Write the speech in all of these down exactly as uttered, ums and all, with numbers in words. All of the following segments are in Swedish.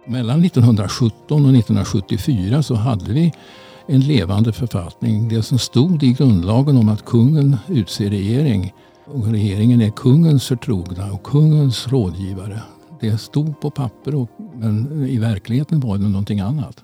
Mellan nittonhundrasjutton och nittonhundrasjuttiofyra så hade vi en levande författning. Det som stod i grundlagen om att kungen utser regering och regeringen är kungens förtrogna och kungens rådgivare. Det stod på papper, och, men i verkligheten var det någonting annat.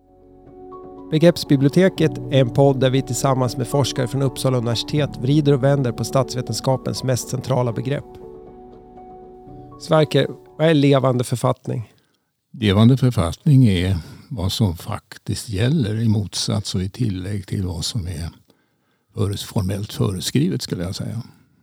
Begreppsbiblioteket är en podd där vi tillsammans med forskare från Uppsala universitet vrider och vänder på statsvetenskapens mest centrala begrepp. Sverker, vad är levande författning? Levande författning är vad som faktiskt gäller i motsats och i tillägg till vad som är formellt föreskrivet, skulle jag säga.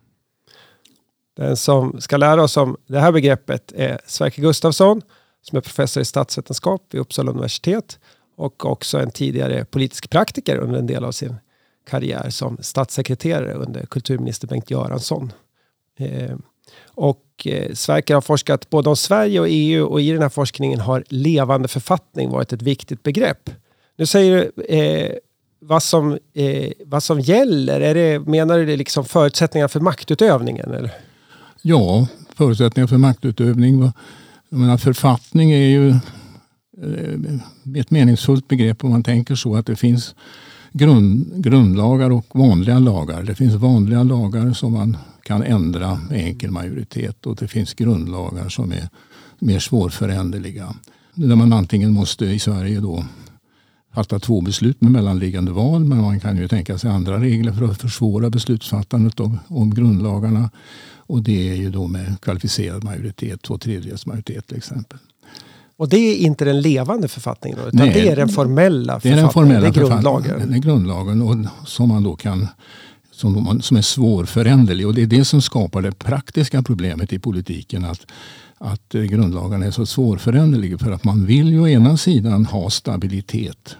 Den som ska lära oss om det här begreppet är Sverker Gustafsson, som är professor i statsvetenskap vid Uppsala universitet och också en tidigare politisk praktiker under en del av sin karriär som statssekreterare under kulturminister Bengt Göransson. Eh, och eh, Sverker har forskat både om Sverige och E U, och i den här forskningen har levande författning varit ett viktigt begrepp. Nu säger du eh, vad, som, eh, vad som gäller. Är det, menar du det liksom förutsättningar för maktutövningen? Eller? Ja, förutsättningar för maktutövning. Jag menar, författning är ju ett meningsfullt begrepp om man tänker så att det finns grund, grundlagar och vanliga lagar. Det finns vanliga lagar som man kan ändra med enkel majoritet, och det finns grundlagar som är mer svårföränderliga. Där man antingen måste i Sverige då fatta två beslut med mellanliggande val, men man kan ju tänka sig andra regler för att försvåra beslutsfattandet om, om grundlagarna. Och det är ju då med kvalificerad majoritet, två tredjedels majoritet till exempel. Och det är inte den levande författningen då, utan Nej, det är den formella författningen. Det är den formella det är grundlagen. Det är grundlagen, och som man då kan, som, man, som är svårföränderlig. Och det är det som skapar det praktiska problemet i politiken, att, att grundlagen är så svårföränderlig, för att man vill ju å ena sidan ha stabilitet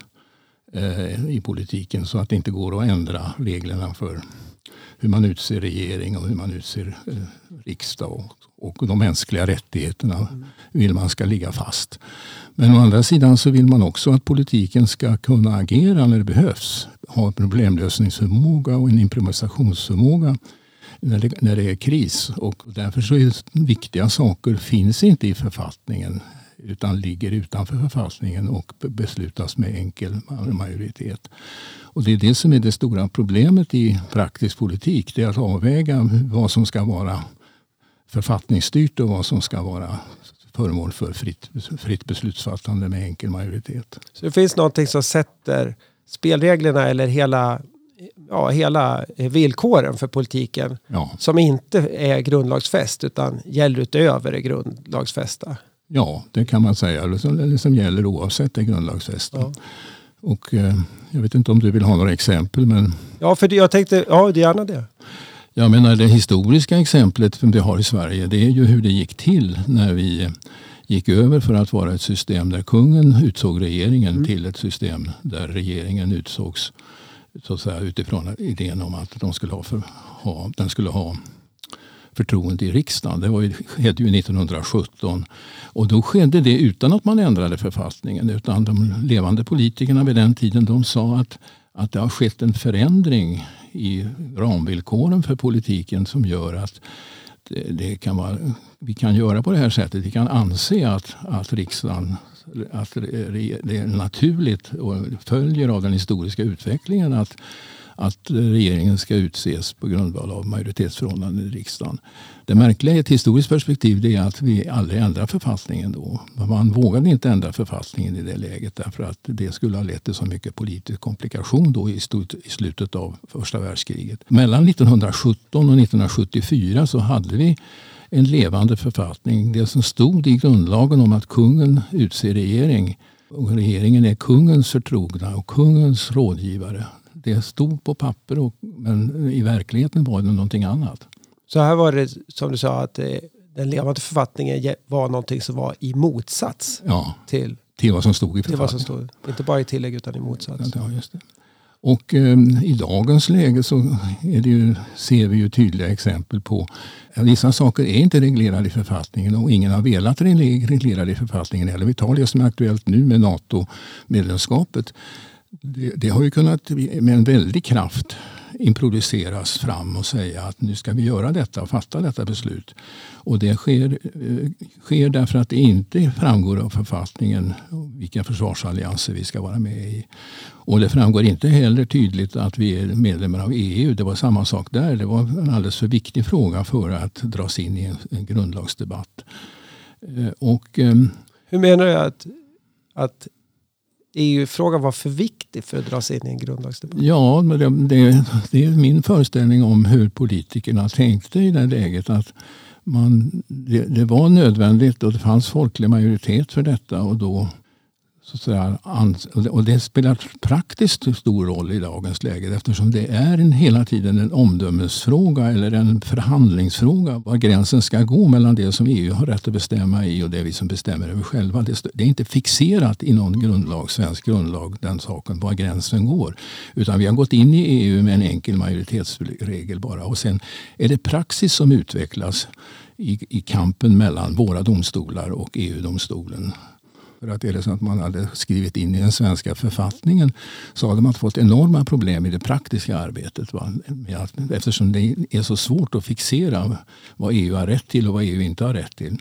eh, i politiken, så att det inte går att ändra reglerna för hur man utser regering och hur man utser eh, riksdag, och, och de mänskliga rättigheterna mm. vill man ska ligga fast. Men å andra sidan så vill man också att politiken ska kunna agera när det behövs. Ha problemlösningsförmåga och en improvisationsförmåga när det, när det är kris. Och därför så är viktiga saker finns inte i författningen, utan ligger utanför författningen och beslutas med enkel majoritet. Och det är det som är det stora problemet i praktisk politik. Det är att avväga vad som ska vara författningsstyrt och vad som ska vara föremål för fritt, fritt beslutsfattande med enkel majoritet. Så det finns någonting som sätter spelreglerna eller hela, ja, hela villkoren för politiken ja. som inte är grundlagsfäst utan gäller utöver det grundlagsfästa? Ja, det kan man säga. Eller som, eller som gäller oavsett det grundlagsfästa. Ja. Och eh, jag vet inte om du vill ha några exempel, men... Ja, för det, jag tänkte, ja, det är gärna det. Jag menar, det historiska exemplet som vi har i Sverige, det är ju hur det gick till när vi gick över för att vara ett system där kungen utsåg regeringen mm. till ett system där regeringen utsågs så att säga, utifrån idén om att de skulle ha, för, ha, den skulle ha förtroende i riksdagen. Det var ju, skedde ju nittonhundrasjutton. Och då skedde det utan att man ändrade författningen, utan de levande politikerna vid den tiden, de sa att, att det har skett en förändring i ramvillkoren för politiken som gör att det, det kan vara, vi kan göra på det här sättet. Vi kan anse att, att riksdagen, att det är naturligt och följer av den historiska utvecklingen att att regeringen ska utses på grundval av majoritetsförhållanden i riksdagen. Det märkliga i ett historiskt perspektiv det är att vi aldrig ändrar författningen då. Man vågade inte ändra författningen i det läget därför att det skulle ha lett till så mycket politisk komplikation då i slutet av första världskriget. Mellan nittonhundrasjutton och nittonhundrasjuttiofyra så hade vi en levande författning. Det som stod i grundlagen om att kungen utser regering och regeringen är kungens förtrogna och kungens rådgivare. Det stod på papper, och, men i verkligheten var det någonting annat. Så här var det som du sa att eh, den levande författningen var någonting som var i motsats ja, till, till vad som stod i författningen. Vad som stod, inte bara i tillägg utan i motsats. Ja, just det. Och eh, i dagens läge så är det ju, ser vi ju tydliga exempel på att vissa saker är inte reglerade i författningen och ingen har velat reglera det i författningen. Eller vi tar det som är aktuellt nu med NATO-medlemskapet. Det, det har ju kunnat med en väldig kraft improviseras fram och säga att nu ska vi göra detta och fatta detta beslut. Och det sker, sker därför att det inte framgår av författningen vilka försvarsallianser vi ska vara med i. Och det framgår inte heller tydligt att vi är medlemmar av E U. Det var samma sak där. Det var en alldeles för viktig fråga för att dras in i en, en grundlagsdebatt. Och, hur menar du att, att E U-frågan var för viktig för att dras in i en grundlagsdebatt? Ja, men det, det, det är min föreställning om hur politikerna tänkte i det läget. Att man, det, det var nödvändigt och det fanns folklig majoritet för detta. Och, då, så att säga, och det spelar praktiskt stor roll i dagens läge eftersom det är en, hela tiden en omdömesfråga eller en förhandlingsfråga. Var gränsen ska gå mellan det som E U har rätt att bestämma i och det vi som bestämmer över själva. Det, det är inte fixerat i någon grundlag, svensk grundlag, den saken, var gränsen går. Utan vi har gått in i E U med en enkel majoritetsregel bara. Och sen är det praxis som utvecklas i, i kampen mellan våra domstolar och E U-domstolen. För att är det så att man hade skrivit in i den svenska författningen så hade man fått enorma problem i det praktiska arbetet. Va? Eftersom det är så svårt att fixera vad E U har rätt till och vad E U inte har rätt till.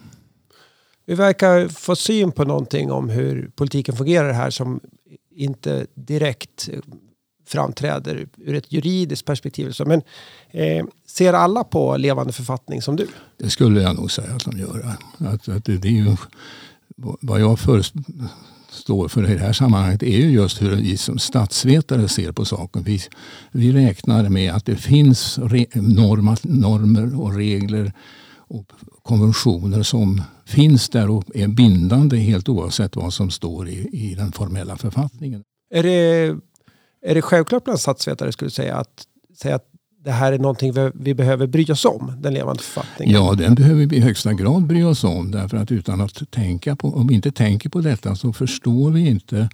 Vi verkar få syn på någonting om hur politiken fungerar här som inte direkt framträder ur ett juridiskt perspektiv. Men eh, ser alla på levande författning som du? Det skulle jag nog säga att de gör. Att, att det, det är ju... Vad jag för, står för i det här sammanhanget är ju just hur vi som statsvetare ser på saken. Vi, vi räknar med att det finns re, norma, normer och regler och konventioner som finns där och är bindande helt oavsett vad som står i, i den formella författningen. Är det, är det självklart bland statsvetare skulle säga att, säga att det här är någonting vi, vi behöver bry oss om, den levande författningen? Ja, den behöver vi i högsta grad bry oss om. Därför att utan att tänka på, om vi inte tänker på detta så förstår vi inte,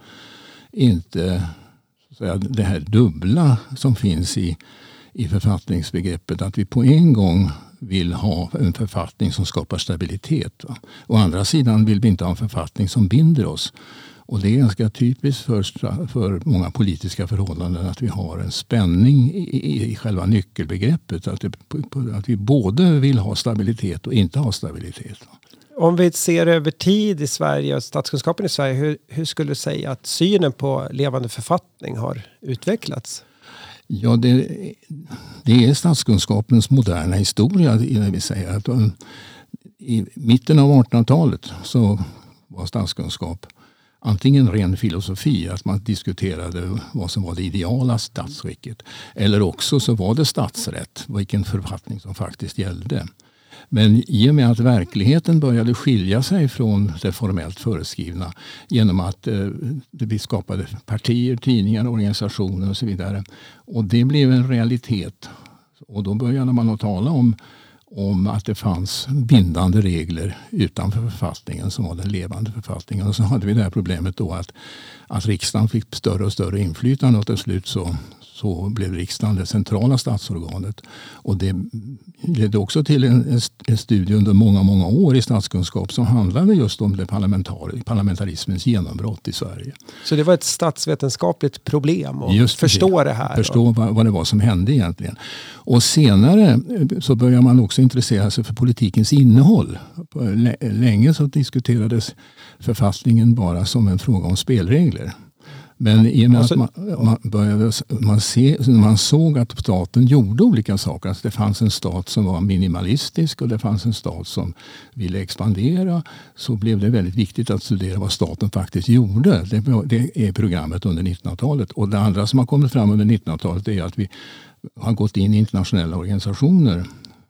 inte så att säga, det här dubbla som finns i, i författningsbegreppet. Att vi på en gång vill ha en författning som skapar stabilitet. Va? Å andra sidan vill vi inte ha en författning som binder oss. Och det är ganska typiskt för, för många politiska förhållanden att vi har en spänning i, i, i själva nyckelbegreppet. Att, det, att vi både vill ha stabilitet och inte ha stabilitet. Om vi ser över tid i Sverige och statskunskapen i Sverige, hur, hur skulle du säga att synen på levande författning har utvecklats? Ja, det, det är statskunskapens moderna historia. Det vill säga att i mitten av artonhundratalet så var statskunskap antingen ren filosofi, att man diskuterade vad som var det ideala statsskicket. Eller också så var det statsrätt, vilken författning som faktiskt gällde. Men i och med att verkligheten började skilja sig från det formellt föreskrivna genom att eh, vi skapade partier, tidningar, organisationer och så vidare. Och det blev en realitet. Och då började man att tala om om att det fanns bindande regler utanför författningen som var den levande författningen. Och så hade vi det här problemet då att, att riksdagen fick större och större inflytande och till slut så, så blev riksdagen det centrala statsorganet. Och det ledde också till en, en studie under många, många år i statskunskap som handlade just om det parlamentar, parlamentarismens genombrott i Sverige. Så det var ett statsvetenskapligt problem att just förstå det, det här? Förstå vad, vad det var som hände egentligen. Och senare så börjar man också intressera sig för politikens innehåll. Länge så diskuterades författningen bara som en fråga om spelregler. Men i och med alltså, att man, man, började, man, se, man såg att staten gjorde olika saker. Alltså det fanns en stat som var minimalistisk och det fanns en stat som ville expandera. Så blev det väldigt viktigt att studera vad staten faktiskt gjorde. Det, det är programmet under nittonhundratalet. Och det andra som har kommit fram under nittonhundratalet är att vi har gått in i internationella organisationer.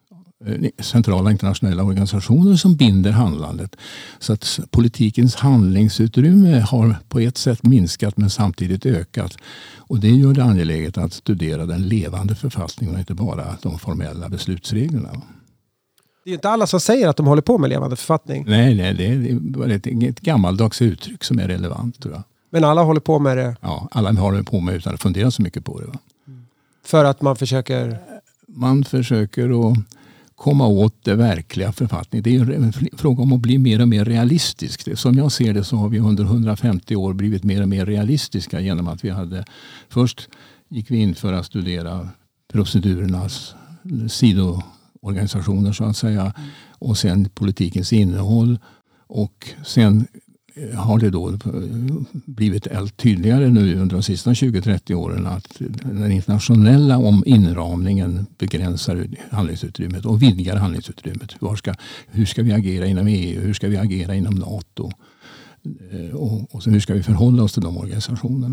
Centrala internationella organisationer som binder handlandet. Så att politikens handlingsutrymme har på ett sätt minskat men samtidigt ökat. Och det gör det angeläget att studera den levande författningen och inte bara de formella beslutsreglerna. Det är inte alla som säger att de håller på med levande författning. Nej, nej det är ett, ett gammaldags uttryck som är relevant, tror jag. Men alla håller på med det? Ja, alla håller på med det utan att fundera så mycket på det. Va? För att man försöker? Man försöker att komma åt det verkliga författningen. Det är en fråga om att bli mer och mer realistisk. Som jag ser det så har vi under hundrafemtio år blivit mer och mer realistiska genom att vi hade, först gick vi in för att studera procedurernas sidoorganisationer så att säga. Mm. Och sen politikens innehåll. Och sen har det då blivit allt tydligare nu under de sista tjugo till trettio åren att den internationella om inramningen begränsar handlingsutrymmet och vidgar handlingsutrymmet. Var ska, hur ska vi agera inom E U? Hur ska vi agera inom NATO? Och, och så hur ska vi förhålla oss till de organisationerna?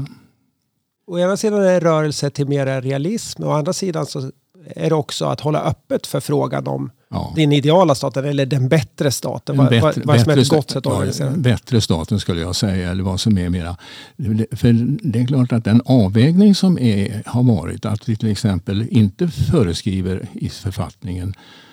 Å ena sidan är det rörelse till mer realism och å andra sidan så är det också att hålla öppet för frågan om ja. den ideala staten eller den bättre staten. Vad, bättre, vad som är ett gott sätt att organisera. Ja, bättre staten skulle jag säga, eller vad som är mera. För det är klart att den avvägning som är, har varit att vi till exempel inte föreskriver i författningen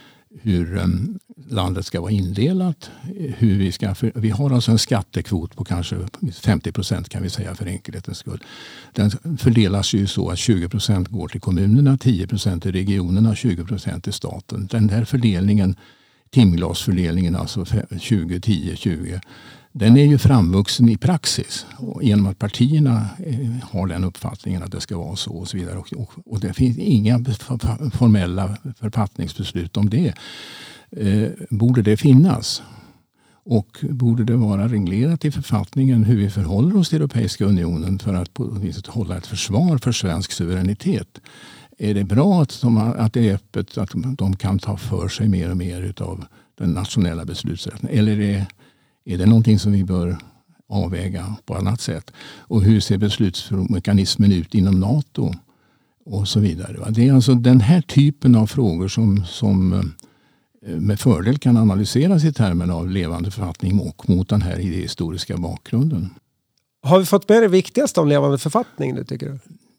hur um, landet ska vara indelat. Hur vi, ska för, vi har alltså en skattekvot på kanske femtio procent kan vi säga för enkelhetens skull. Den fördelas ju så att tjugo procent går till kommunerna, tio procent till regionerna, tjugo procent till staten. Den där fördelningen, timglasfördelningen alltså tjugo, tio, tjugo, den är ju framvuxen i praxis och genom att partierna har den uppfattningen att det ska vara så och så vidare. Och, och, och det finns inga formella författningsbeslut om det. Eh, borde det finnas? Och borde det vara reglerat i författningen hur vi förhåller oss till Europeiska unionen för att på viset hålla ett försvar för svensk suveränitet? Är det bra att, de, att det är öppet, att de kan ta för sig mer och mer av den nationella beslutsrätten? Eller är det Är det någonting som vi bör avväga på annat sätt? Och hur ser beslutsmekanismen ut inom NATO? Och så vidare. Det är alltså den här typen av frågor som, som med fördel kan analyseras i termer av levande författning och mot den här idéhistoriska bakgrunden. Har vi fått med det viktigaste om levande författning nu tycker du?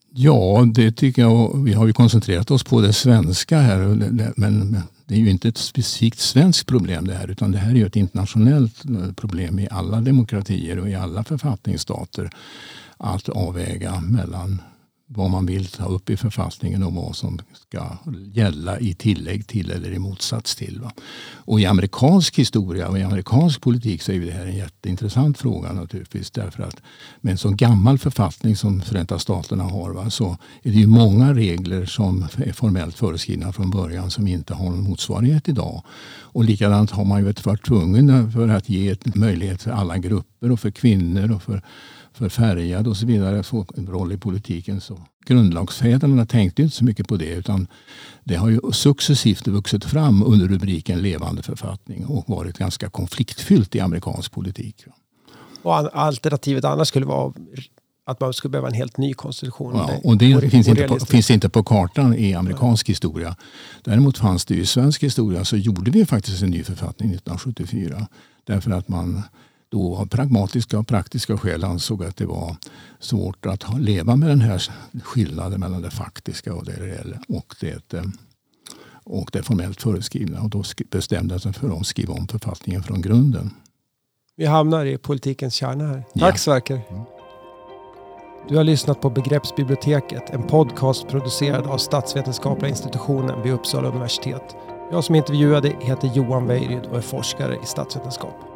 Ja, det tycker jag. Vi har ju koncentrerat oss på det svenska här. Men det är ju inte ett specifikt svenskt problem det här, utan det här är ju ett internationellt problem i alla demokratier och i alla författningsstater att avväga mellan vad man vill ta upp i författningen och vad som ska gälla i tillägg till eller i motsats till. Va? Och i amerikansk historia och i amerikansk politik så är det här en jätteintressant fråga naturligtvis. Därför att med en så gammal författning som Förenta Staterna har va, så är det ju många regler som är formellt föreskrivna från början som inte har någon motsvarighet idag. Och likadant har man ju varit tvungen för att ge ett möjlighet för alla grupper och för kvinnor och för för färgad och så vidare att få en roll i politiken. Så grundlagsfäderna tänkte inte så mycket på det utan det har ju successivt vuxit fram under rubriken levande författning och varit ganska konfliktfyllt i amerikansk politik. Och alternativet annars skulle vara att man skulle behöva en helt ny konstitution. Ja, och det och finns, inte på, finns inte på kartan i amerikansk historia. Däremot fanns det ju i svensk historia så gjorde vi faktiskt en ny författning nittonhundrasjuttiofyra. Därför att man då av pragmatiska och praktiska skäl ansåg att det var svårt att leva med den här skillnaden mellan det faktiska och det reella och det, och det formellt föreskrivna. Och då bestämde sig för att skriva om författningen från grunden. Vi hamnar i politikens kärna här. Tack ja. Sverker. Mm. Du har lyssnat på Begreppsbiblioteket, en podcast producerad av Statsvetenskapliga institutionen vid Uppsala universitet. Jag som intervjuade heter Johan Weirid och är forskare i statsvetenskap.